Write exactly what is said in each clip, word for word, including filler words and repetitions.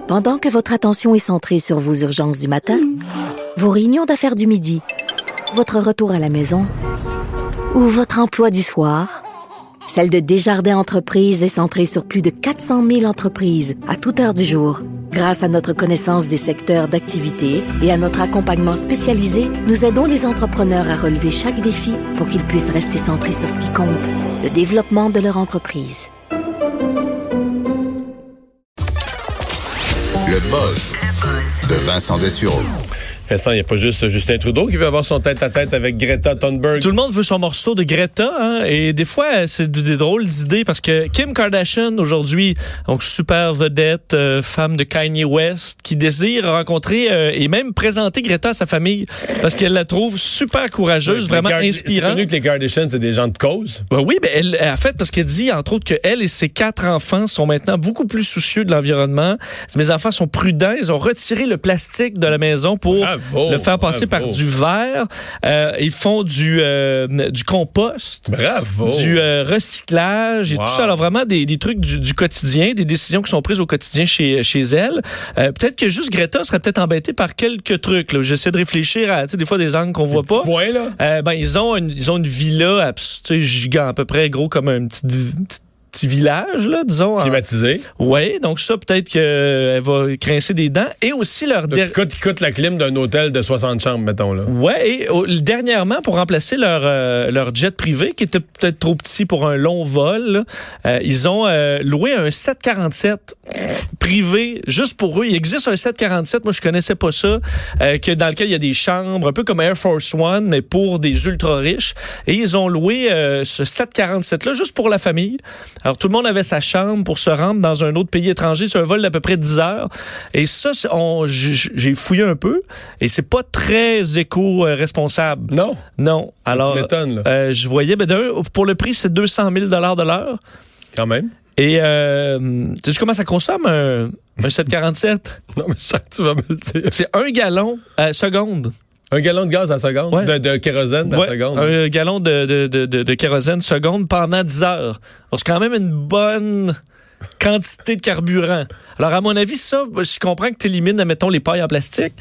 Pendant que votre attention est centrée sur vos urgences du matin, vos réunions d'affaires du midi, votre retour à la maison ou votre emploi du soir, celle de Desjardins Entreprises est centrée sur plus de quatre cent mille entreprises à toute heure du jour. Grâce à notre connaissance des secteurs d'activité et à notre accompagnement spécialisé, nous aidons les entrepreneurs à relever chaque défi pour qu'ils puissent rester centrés sur ce qui compte, le développement de leur entreprise. Le buzz de Vincent Dessureau. Vincent, il n'y a pas juste Justin Trudeau qui veut avoir son tête-à-tête avec Greta Thunberg. Tout le monde veut son morceau de Greta, hein, et des fois, c'est des drôles d'idées parce que Kim Kardashian, aujourd'hui, donc super vedette, euh, femme de Kanye West, qui désire rencontrer euh, et même présenter Greta à sa famille parce qu'elle la trouve super courageuse, oui, vraiment Gard- inspirante. C'est connu que les Kardashians, c'est des gens de cause. Ben oui, ben elle, en fait, parce qu'elle dit, entre autres, qu'elle et ses quatre enfants sont maintenant beaucoup plus soucieux de l'environnement. Mes enfants sont prudents, ils ont retiré le plastique de la maison pour... Ah. Bravo, le faire passer bravo. par du verre. Euh, ils font du euh, du compost. Bravo. Du euh, recyclage et wow. tout ça. Alors vraiment des, des trucs du, du quotidien, des décisions qui sont prises au quotidien chez, chez elle. Euh, peut-être que juste Greta serait peut-être embêtée par quelques trucs. Là. J'essaie de réfléchir à, tu sais, des fois des angles qu'on voit pas. Point, là. Euh, ben, ils ont une, ils ont une villa, tu sais, gigant, à peu près gros comme un petit, petit petit village, là, disons. Climatisé. Oui, donc ça, peut-être qu'elle va grincer des dents. Et aussi leur... Donc, der... coûte, coûte la clim d'un hôtel de soixante chambres, mettons, là. Oui, et oh, dernièrement, pour remplacer leur, euh, leur jet privé, qui était peut-être trop petit pour un long vol, euh, ils ont euh, loué un sept quarante-sept privé, juste pour eux. Il existe un sept quarante-sept, moi, je connaissais pas ça, euh, que, dans lequel il y a des chambres, un peu comme Air Force One, mais pour des ultra-riches. Et ils ont loué euh, ce sept quarante-sept-là juste pour la famille. Alors, tout le monde avait sa chambre pour se rendre dans un autre pays étranger. C'est un vol d'à peu près dix heures. Et ça, on, j'ai fouillé un peu. Et c'est pas très éco-responsable. Non. Non. Alors, tu m'étonnes, là. Euh, je voyais, ben, d'un, pour le prix, c'est deux cent mille dollars de l'heure. Quand même. Et, euh, tu sais comment ça consomme un, un sept quarante-sept? Non, mais je sais que tu vas me le dire. C'est un gallon à seconde. Un gallon de gaz à seconde? Ouais. De, de kérosène à ouais, seconde? Un gallon de, de, de, de, de kérosène seconde pendant dix heures. Alors, c'est quand même une bonne quantité de carburant. Alors, à mon avis, ça, je comprends que tu élimines, mettons, les pailles en plastique,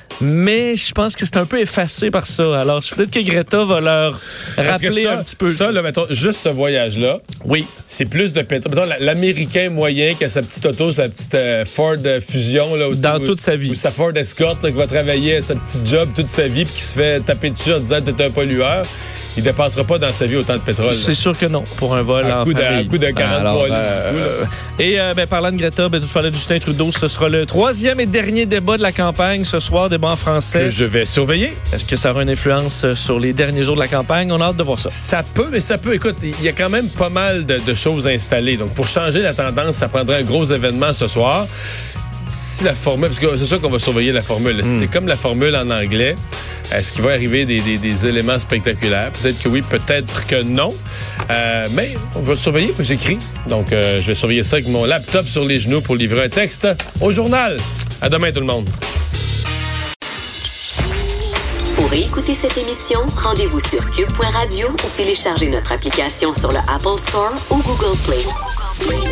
mais je pense que c'est un peu effacé par ça. Alors, peut-être que Greta va leur rappeler ça, un petit peu. Ça, là, mettons, juste ce voyage-là, oui, c'est plus de pétrole. Mettons, l'Américain moyen qui a sa petite auto, sa petite euh, Ford Fusion. Là, dans où, toute sa vie. Ou sa Ford Escort, là, qui va travailler à sa petite job toute sa vie puis qui se fait taper dessus en disant « t'es un pollueur ». Il ne dépassera pas dans sa vie autant de pétrole. C'est sûr que non, pour un vol un en coup famille. De, un coup de quarante-trois litres. Euh, et euh, ben, parlant de Greta, ben, tu parlais de Justin Trudeau, ce sera le troisième et dernier débat de la campagne ce soir, débat en français. Que je vais surveiller. Est-ce que ça aura une influence sur les derniers jours de la campagne? On a hâte de voir ça. Ça peut, mais ça peut. Écoute, il y a quand même pas mal de, de choses installées. Donc, pour changer la tendance, ça prendrait un gros événement ce soir. Si la formule, parce que c'est sûr qu'on va surveiller la formule. Mm. C'est comme la formule en anglais. Est-ce qu'il va arriver des, des, des éléments spectaculaires? Peut-être que oui, peut-être que non. Euh, mais on va le surveiller, j'écris. Donc, euh, je vais surveiller ça avec mon laptop sur les genoux pour livrer un texte au journal. À demain, tout le monde. Pour écouter cette émission, rendez-vous sur cube point radio ou téléchargez notre application sur le Apple Store ou Google Play.